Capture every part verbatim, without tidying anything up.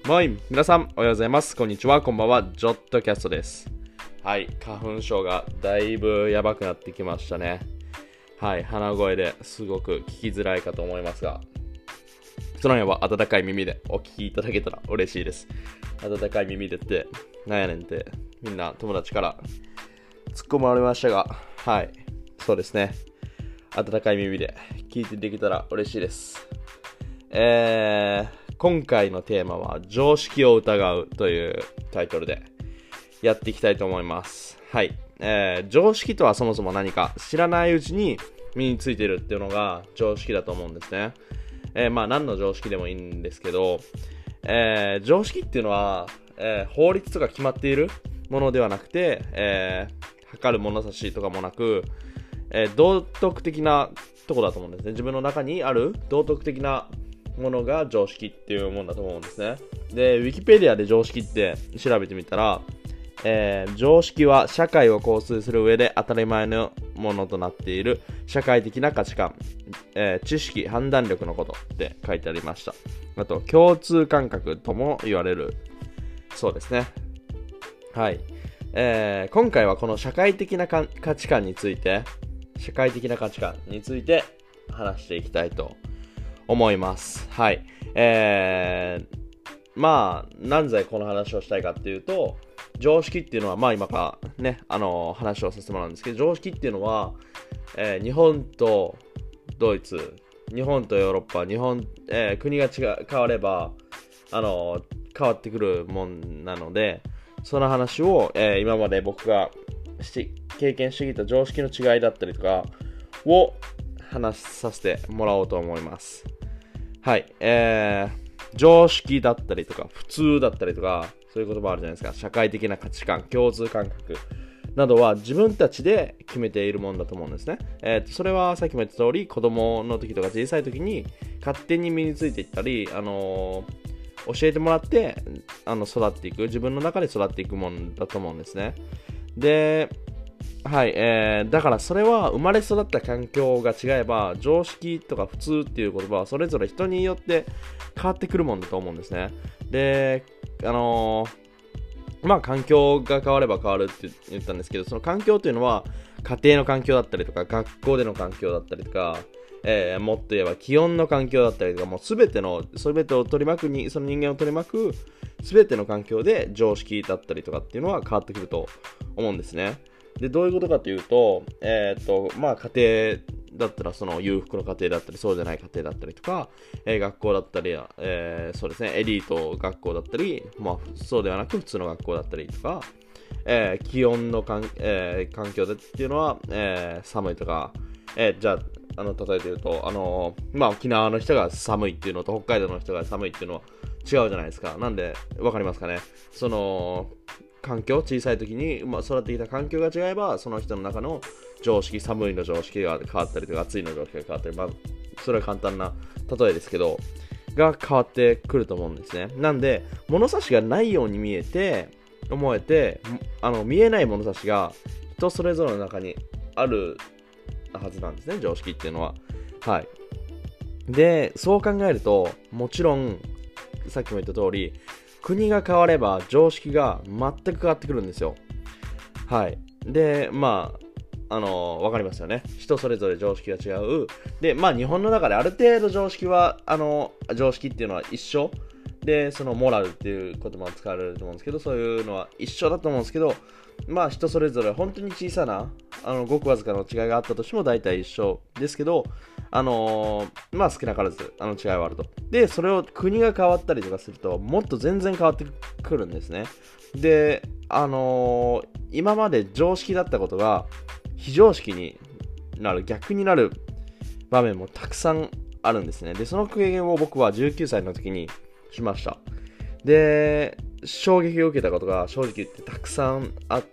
もい、皆さんおはようございます。こんにちは、こんばんは。ジョットキャストです。はい、花粉症がだいぶやばくなってきましたね。はい、鼻声ですごく聞きづらいかと思いますが、その辺は温かい耳でお聞きいただけたら嬉しいです。温かい耳でって、なんやねんって、みんな友達から突っ込まれましたが、はい、そうですね。温かい耳で聞いてできたら嬉しいです。えー、今回のテーマは常識を疑うというタイトルでやっていきたいと思います。はい、えー、常識とはそもそも何か知らないうちに身についているっていうのが常識だと思うんですね。えー、まあ何の常識でもいいんですけど、えー、常識っていうのは、えー、法律とか決まっているものではなくて、えー、測る物差しとかもなく、えー、道徳的なところだと思うんですね。自分の中にある道徳的なものが常識っていうものだと思うんですね。で、ウィキペディアで常識って調べてみたら、えー、常識は社会を構成する上で当たり前のものとなっている社会的な価値観、えー、知識、判断力のことって書いてありました。あと、共通感覚とも言われるそうですね。はい、えー、今回はこの社会的な価値観について社会的な価値観について話していきたいと思います。はい。えー、まあ、なぜこの話をしたいかっていうと、常識っていうのは、まあ今からね、あの、話をさせてもらうんですけど、常識っていうのは、えー、日本とドイツ、日本とヨーロッパ、日本、えー、国が違う、変われば、あの、変わってくるもんなので、その話を、えー、今まで僕がし経験してきた常識の違いだったりとかを話させてもらおうと思います。はい、えー、常識だったりとか普通だったりとかそういう言葉あるじゃないですか。社会的な価値観、共通感覚などは自分たちで決めているものだと思うんですね。えーと、それはさっきも言った通り子供の時とか小さい時に勝手に身についていったり、あのー、教えてもらってあの育っていく、自分の中で育っていくものだと思うんですね。で、はい、えー、だからそれは生まれ育った環境が違えば常識とか普通っていう言葉はそれぞれ人によって変わってくるもんだと思うんですね。で、あのー、まあ環境が変われば変わるって言ったんですけど、その環境というのは家庭の環境だったりとか学校での環境だったりとか、えー、もっと言えば気温の環境だったりとか、もう全ての全てを取り巻くにその人間を取り巻く全ての環境で常識だったりとかっていうのは変わってくると思うんですね。で、どういうことかというと、えー、っと、まあ、家庭だったら、その裕福の家庭だったり、そうじゃない家庭だったりとか、えー、学校だったり、えー、そうですね、エリート学校だったり、まあ、そうではなく普通の学校だったりとか、えー、気温のかん、えー、環境でっていうのは、えー、寒いとか、えー、じゃあ、あの、例えて言うと、あのー、まあ、沖縄の人が寒いっていうのと、北海道の人が寒いっていうのは違うじゃないですか。なんで、わかりますかね。その、環境、小さい時に、まあ、育ってきた環境が違えばその人の中の常識、寒いの常識が変わったりとか暑いの常識が変わったり、まあ、それは簡単な例えですけどが変わってくると思うんですね。なんで物差しがないように見えて思えて、あの見えない物差しが人それぞれの中にあるはずなんですね、常識っていうのは。はい。で、そう考えるともちろんさっきも言った通り国が変われば常識が全く変わってくるんですよ。はい。で、まあ、あのー、わかりますよね。人それぞれ常識が違う。で、まあ、日本の中である程度常識は、あのー、常識っていうのは一緒。で、そのモラルっていう言葉も使われると思うんですけど、そういうのは一緒だと思うんですけど、まあ、人それぞれ本当に小さな、あの、ごくわずかの違いがあったとしても大体一緒ですけど、あのー、まあ少なからずあの違いはあると。で、それを国が変わったりとかするともっと全然変わってくるんですね。で、あのー、今まで常識だったことが非常識になる、逆になる場面もたくさんあるんですね。で、その経験を僕はじゅうきゅうさいの時にしました。で、衝撃を受けたことが正直言ってたくさんあって、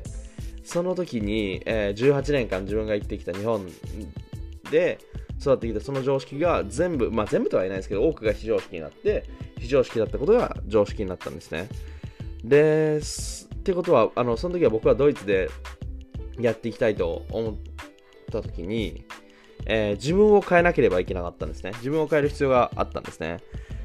その時に、えー、じゅうはちねんかん自分が生きてきた日本で育ってきたその常識が全部、まあ全部とは言えないですけど、多くが非常識になって、非常識だったことが常識になったんですね。で、ってことは、あの、その時は僕はドイツでやっていきたいと思った時に、えー、自分を変えなければいけなかったんですね。自分を変える必要があったんですね。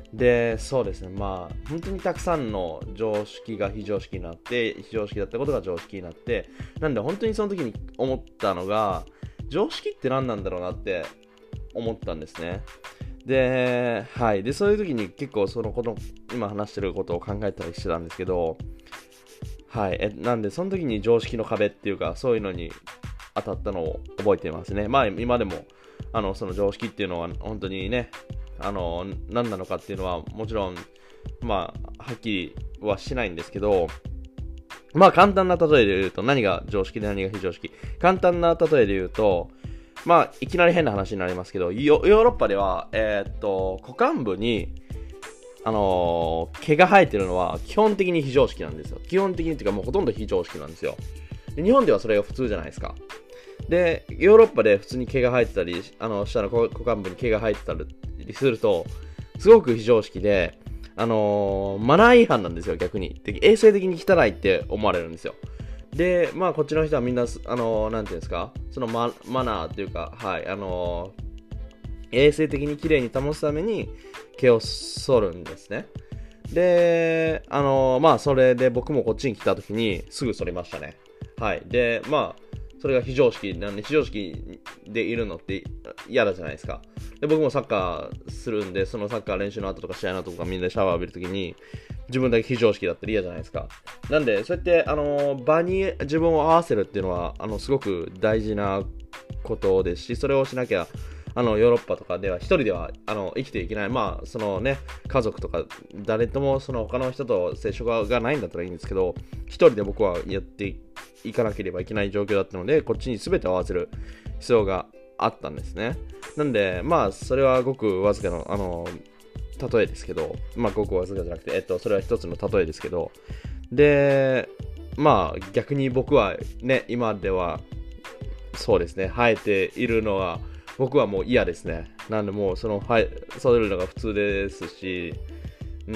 で、そうですね、まあ、本当にたくさんの常識が非常識になって、非常識だったことが常識になって、なんで本当にその時に思ったのが、常識って何なんだろうなって思ったんですね。で、はい。で、そういう時に結構そのこと、今話してることを考えたりしてたんですけど、はい。え、なんで、その時に常識の壁っていうか、そういうのに当たったのを覚えていますね。まあ、今でも、あの、その常識っていうのは、本当にね、あの、何なのかっていうのは、もちろん、まあ、はっきりはしないんですけど、まあ、簡単な例えで言うと、何が常識で何が非常識。簡単な例えで言うと、まあ、いきなり変な話になりますけど、ヨーロッパでは、えー、っと、股間部に、あのー、毛が生えてるのは基本的に非常識なんですよ。基本的にっていうかもうほとんど非常識なんですよ。で日本ではそれが普通じゃないですか。で、ヨーロッパで普通に毛が生えてたり、あの、下の股間部に毛が生えてたりすると、すごく非常識で、あのー、マナー違反なんですよ、逆に。で、衛生的に汚いって思われるんですよ。で、まあ、こっちの人はみんな、あのー、なんていうんですか、そのマ、マナーっていうか、はい、あのー、衛生的に綺麗に保つために毛を剃るんですね。で、あのー、まあ、それで僕もこっちに来た時にすぐ剃りましたね。はい。で、まあ、それが非常識なんで、非常識でいるのって嫌だじゃないですか。で、僕もサッカーするんで、そのサッカー練習の後とか試合の後とかみんなシャワー浴びるときに、自分だけ非常識だったら嫌じゃないですか。なんで、そうやって、あのー、場に自分を合わせるっていうのは、あの、すごく大事なことですし、それをしなきゃ、あのヨーロッパとかでは一人ではあの生きていけない。まあそのね、家族とか誰ともその他の人と接触がないんだったらいいんですけど、一人で僕はやっていかなければいけない状況だったので、こっちに全てを合わせる必要があったんですね。なんでまあそれはごくわずかのあの例えですけど、まあごくわずかじゃなくて、えっとそれは一つの例えですけど、でまあ逆に僕はね、今ではそうですね、生えているのは僕はもう嫌ですね。なんでもうその、はい、そういうのが普通ですし、うん、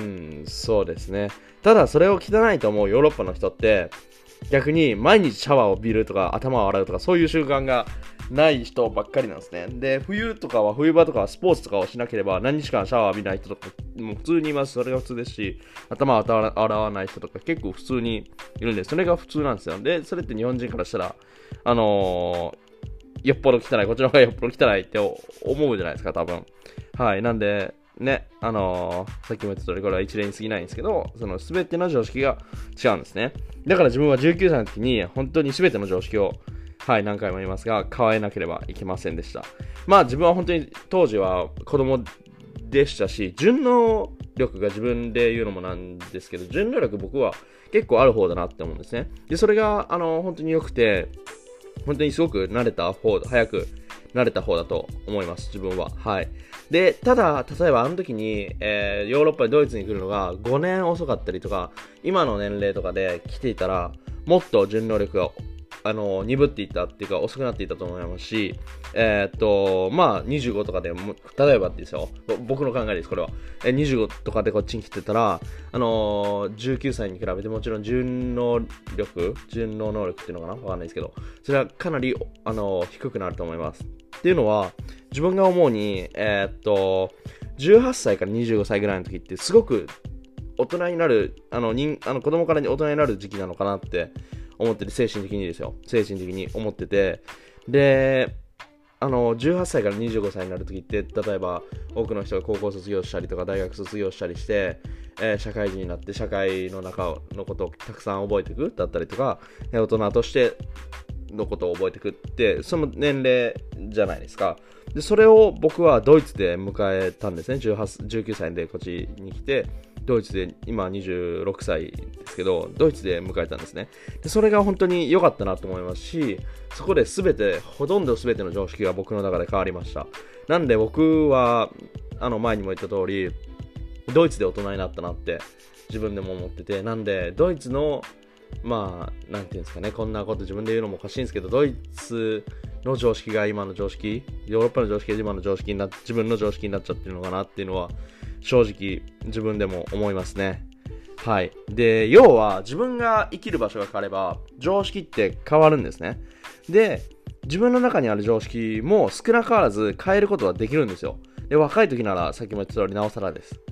そうですね。ただそれを汚いと思うヨーロッパの人って、逆に毎日シャワーを浴びるとか頭を洗うとかそういう習慣がない人ばっかりなんですね。で、冬とかは冬場とかはスポーツとかをしなければ何日間シャワー浴びない人とかもう普通にいます。それが普通ですし、頭を洗わない人とか結構普通にいるんで、それが普通なんですよ。で、それって日本人からしたら、あのー、よっぽど汚い、こっちの方がよっぽど汚いって思うじゃないですか、多分。はい、なんで、ね、あのー、さっきも言った通り、これは一例に過ぎないんですけど、その全ての常識が違うんですね。だから自分はじゅうきゅうさいの時に、本当に全ての常識を、はい、何回も言いますが、変えなければいけませんでした。まあ、自分は本当に当時は子供でしたし、順応力が自分で言うのもなんですけど、順応力僕は結構ある方だなって思うんですね。で、それが、あのー、本当に良くて、本当にすごく慣れた方、早く慣れた方だと思います、自分は。はい。で、ただ、例えばあの時に、えー、ヨーロッパにドイツに来るのがごねん遅かったりとか、今の年齢とかで来ていたら、もっと順応力が、あの、鈍っていったっていうか、遅くなっていたと思いますし、えー、っと、まあ、にじゅうごとかでも、例えばですよ、僕の考えです、これは。えー、にじゅうごとかでこっちに来てたら、あのー、じゅうきゅうさいに比べてもちろん順応力、順応能力っていうのかなわかんないですけど、それはかなり、あのー、低くなると思います。っていうのは、自分が思うに、えー、っと、じゅうはっさいからにじゅうごさいぐらいの時ってすごく大人になる、あの、人あの子供から大人になる時期なのかなって思ってて、精神的にですよ。精神的に思ってて。で、あの、じゅうはっさいからにじゅうごさいになる時って、例えば多くの人が高校卒業したりとか大学卒業したりして、えー、社会人になって社会の中のことをたくさん覚えていくだったりとか、大人としてのことを覚えていくってその年齢じゃないですか。でそれを僕はドイツで迎えたんですね。じゅうはち、じゅうきゅうさいでこっちに来て、ドイツで今にじゅうろくさいですけど、ドイツで迎えたんですね。でそれが本当に良かったなと思いますし、そこで全てほとんど全ての常識が僕の中で変わりました。なんで僕はあの前にも言った通り、ドイツで大人になったなって自分でも思ってて、なんでドイツのまあなんていうんですかね、こんなこと自分で言うのもおかしいんですけど、ドイツの常識が今の常識、ヨーロッパの常識が今の常識になっ自分の常識になっちゃってるのかなっていうのは正直自分でも思いますね。はい。で、要は自分が生きる場所が変われば常識って変わるんですね。で、自分の中にある常識も少なからず変えることはできるんですよ。で、若い時ならさっきも言った通りなおさらです。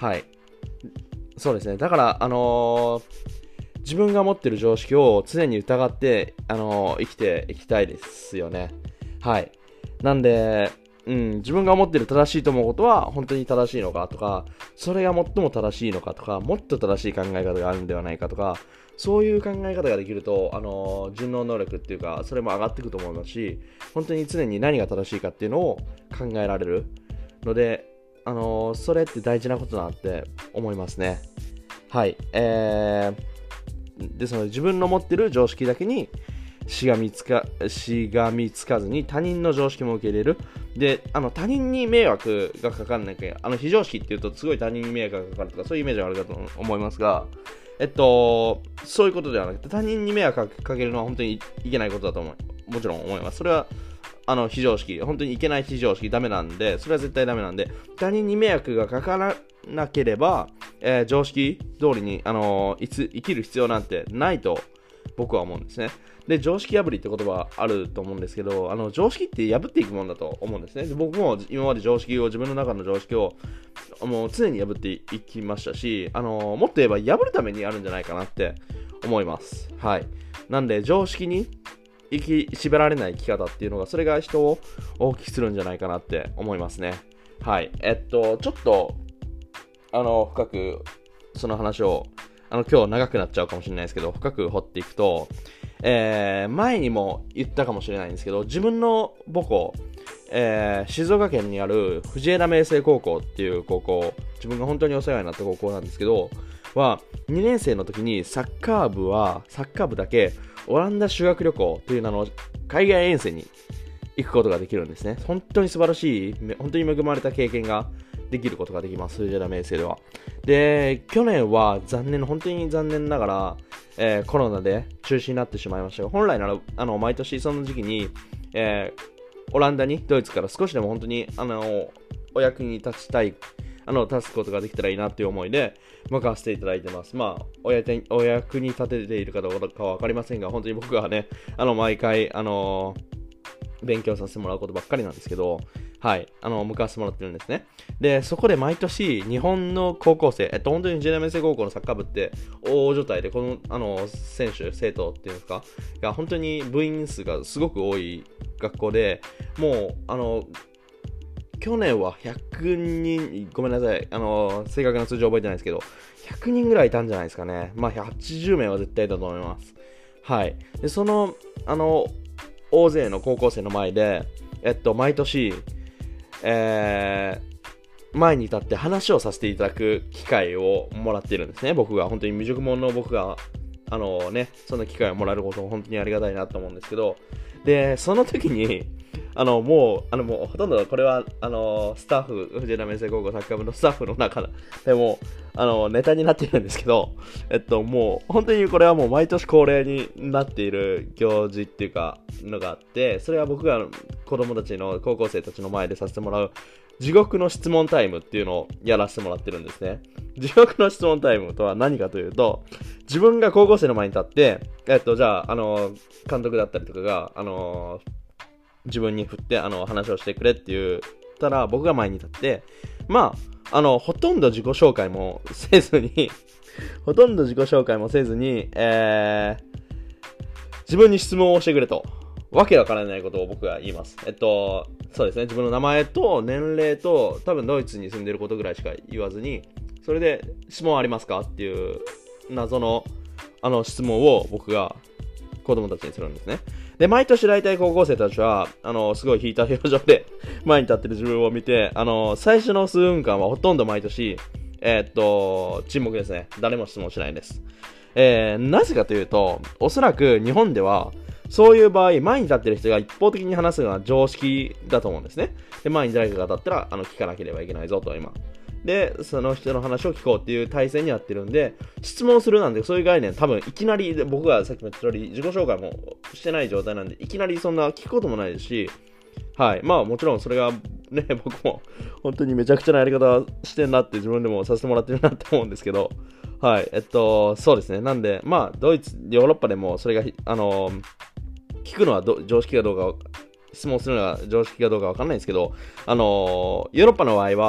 はい。そうですね。だから、あのー、自分が持ってる常識を常に疑って、あのー、生きていきたいですよね。はい。なんで、うん、自分が思ってる正しいと思うことは本当に正しいのかとか、それが最も正しいのかとか、もっと正しい考え方があるんではないかとか、そういう考え方ができると、あのー、順応能力っていうか、それも上がっていくと思いますし、本当に常に何が正しいかっていうのを考えられるので、あのー、それって大事なことだなって思いますね。はい。えー、ですので、自分の持ってる常識だけにしがみつか、しがみつかずに他人の常識も受け入れる。で、あの、他人に迷惑がかかんなきゃ、あの、非常識っていうとすごい他人に迷惑がかかるとか、そういうイメージがあるかと思いますが、えっと、そういうことではなくて、他人に迷惑かけるのは本当にいけないことだと思う。もちろん思います。それは、あの、非常識、本当にいけない非常識、ダメなんで、それは絶対ダメなんで、他人に迷惑がかからなければ、えー、常識通りに、あのー、いつ生きる必要なんてないと僕は思うんですね。で、常識破りって言葉あると思うんですけど、あの常識って破っていくもんだと思うんですね。で、僕も今まで常識を、自分の中の常識をもう常に破っていきましたし、あのー、もっと言えば破るためにあるんじゃないかなって思います。はい。なんで、常識に生き縛られない生き方っていうのが、それが人を大きくするんじゃないかなって思いますね。はい。えっと、ちょっと、あの、深く、その話を、あの、今日長くなっちゃうかもしれないですけど、深く掘っていくと、えー、前にも言ったかもしれないんですけど、自分の母校、えー、静岡県にある藤枝明誠高校っていう高校、自分が本当にお世話になった高校なんですけど、は、にねん生の時にサッカー部は、サッカー部だけ、オランダ修学旅行という名の海外遠征に行くことができるんですね。本当に素晴らしい、本当に恵まれた経験ができることができます、藤枝明誠では。で、去年は残念、本当に残念ながら、えー、コロナで中止になってしまいましたが、本来なら、あの、毎年その時期に、えー、オランダに、ドイツから少しでも本当に、あの、お役に立ちたい、あの、立つことができたらいいなっていう思いで、向かわせていただいてます。まあ、お役に、お役に立てているかどうかはわかりませんが、本当に僕はね、あの、毎回、あのー、勉強させてもらうことばっかりなんですけど、はい、あの、向かわせてもらってるんですね。で、そこで毎年、日本の高校生、えっと、本当にジェネメセ高校のサッカー部って、大所帯で、この、あの、選手、生徒っていうんですか、が、本当に部員数がすごく多い学校で、もう、あの、去年はひゃくにん、ごめんなさい、あの、正確な数字は覚えてないですけど、ひゃくにんぐらいいたんじゃないですかね。まあ、はちじゅうめいは絶対だと思います。はい。で、その、あの、大勢の高校生の前で、えっと、毎年、えー、前に立って話をさせていただく機会をもらっているんですね。僕が、本当に未熟者の僕が、あのね、その機会をもらえることも本当にありがたいなと思うんですけど、で、その時に、あの、もう、あの、もう、ほとんど、これは、あの、スタッフ、藤枝明誠高校サッカー部のスタッフの中でも、あの、ネタになっているんですけど、えっと、もう、本当にこれはもう毎年恒例になっている行事っていうか、のがあって、それは僕が子供たちの、高校生たちの前でさせてもらう、地獄の質問タイムっていうのをやらせてもらってるんですね。地獄の質問タイムとは何かというと、自分が高校生の前に立って、えっと、じゃあ、あの、監督だったりとかが、あの、自分に振ってあの話をしてくれって言ったら、僕が前に立って、まあ、あの、ほとんど自己紹介もせずに、ほとんど自己紹介もせずに、えー、自分に質問をしてくれと。わけわからないことを僕が言います。えっと、そうですね、自分の名前と年齢と、多分ドイツに住んでることぐらいしか言わずに、それで質問ありますかっていう謎の、あの質問を僕が子供たちにするんですね。で、毎年大体高校生たちは、あの、すごい引いた表情で前に立ってる自分を見て、あの、最初の数分間はほとんど毎年、えー、っと、沈黙ですね。誰も質問しないです。えー、なぜかというと、おそらく日本では、そういう場合、前に立ってる人が一方的に話すのは常識だと思うんですね。で、前に誰かが立ったら、あの、聞かなければいけないぞと、今。で、その人の話を聞こうっていう体制になってるんで、質問するなんてそういう概念多分いきなり、僕がさっきも言った通り自己紹介もしてない状態なんで、いきなりそんな聞くこともないですし、はい。まあもちろんそれがね、僕も本当にめちゃくちゃなやり方してんなって自分でもさせてもらってるなって思うんですけど、はい。えっと、そうですね。なんで、まあドイツ、ヨーロッパでもそれが、あの、聞くのはど常識かどうか、質問するのが常識かどうかわかんないんですけど、あの、ヨーロッパの場合は、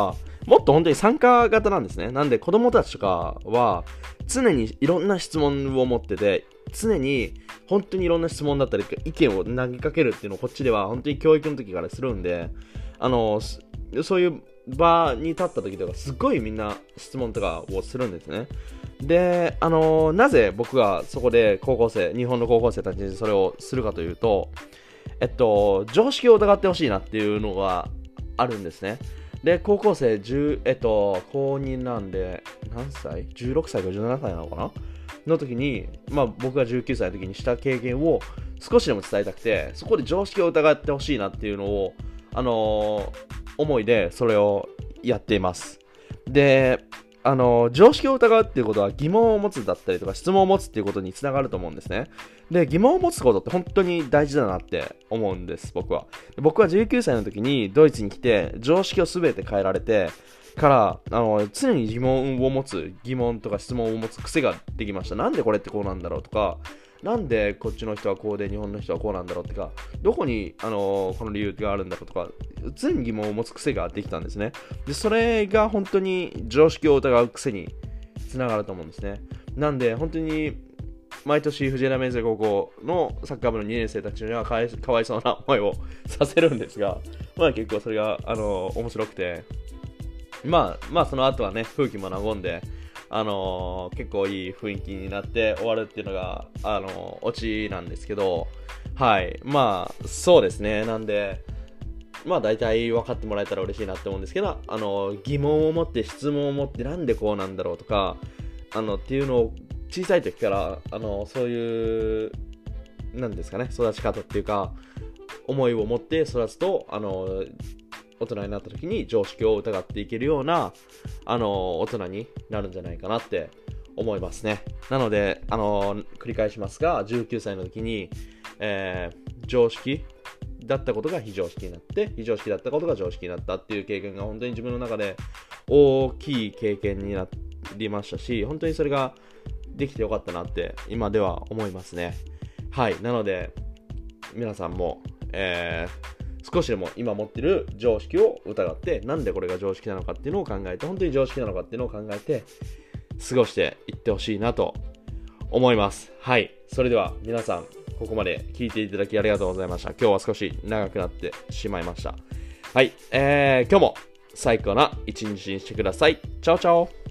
もっと本当に参加型なんですね。なんで子供たちとかは常にいろんな質問を持ってて、常に本当にいろんな質問だったり意見を投げかけるっていうのをこっちでは本当に教育の時からするんで、あのそういう場に立った時とかすごいみんな質問とかをするんですね。で、あのなぜ僕がそこで高校生、日本の高校生たちにそれをするかというと、えっと常識を疑ってほしいなっていうのがあるんですね。で、高校生じゅう、えっと、高になんで、何歳 ?じゅうろく 歳かじゅうななさいなのかなの時に、まあ僕がじゅうきゅうさいの時にした経験を少しでも伝えたくて、そこで常識を疑ってほしいなっていうのを、あのー、思いでそれをやっています。で、あのー、常識を疑うっていうことは疑問を持つだったりとか質問を持つっていうことにつながると思うんですね。で、疑問を持つことって本当に大事だなって思うんです、僕は。僕はじゅうきゅうさいの時にドイツに来て常識を全て変えられてからあの常に疑問を持つ疑問とか質問を持つ癖ができました。なんでこれってこうなんだろうとか、なんでこっちの人はこうで日本の人はこうなんだろうとか、どこにあのこの理由があるんだろうとか、常に疑問を持つ癖ができたんですね。で、それが本当に常識を疑う癖につながると思うんですね。なんで本当に毎年藤枝明星高校のサッカー部のにねん生たちにはかわい、かわいそうな思いをさせるんですが、まあ結構それがあの面白くて、まあまあその後はね、風紀も和んで、あのー、結構いい雰囲気になって終わるっていうのが、あのー、オチなんですけど、はい、まあそうですね。なんでまあ大体分かってもらえたら嬉しいなって思うんですけど、あのー、疑問を持って質問を持ってなんでこうなんだろうとか、あのっていうのを小さい時からあのそういうなんですかね、育ち方っていうか思いを持って育つと、あの大人になった時に常識を疑っていけるようなあの大人になるんじゃないかなって思いますね。なのであの繰り返しますが、じゅうきゅうさいの時に、えー、常識だったことが非常識になって、非常識だったことが常識になったっていう経験が本当に自分の中で大きい経験になりましたし、本当にそれができてよかったなって今では思いますね。はい。なので皆さんも、えー、少しでも今持ってる常識を疑って、なんでこれが常識なのかっていうのを考えて、本当に常識なのかっていうのを考えて過ごしていってほしいなと思います。はい。それでは皆さん、ここまで聞いていただきありがとうございました。今日は少し長くなってしまいました。はい。えー、今日も最高な一日にしてください。チャオチャオ。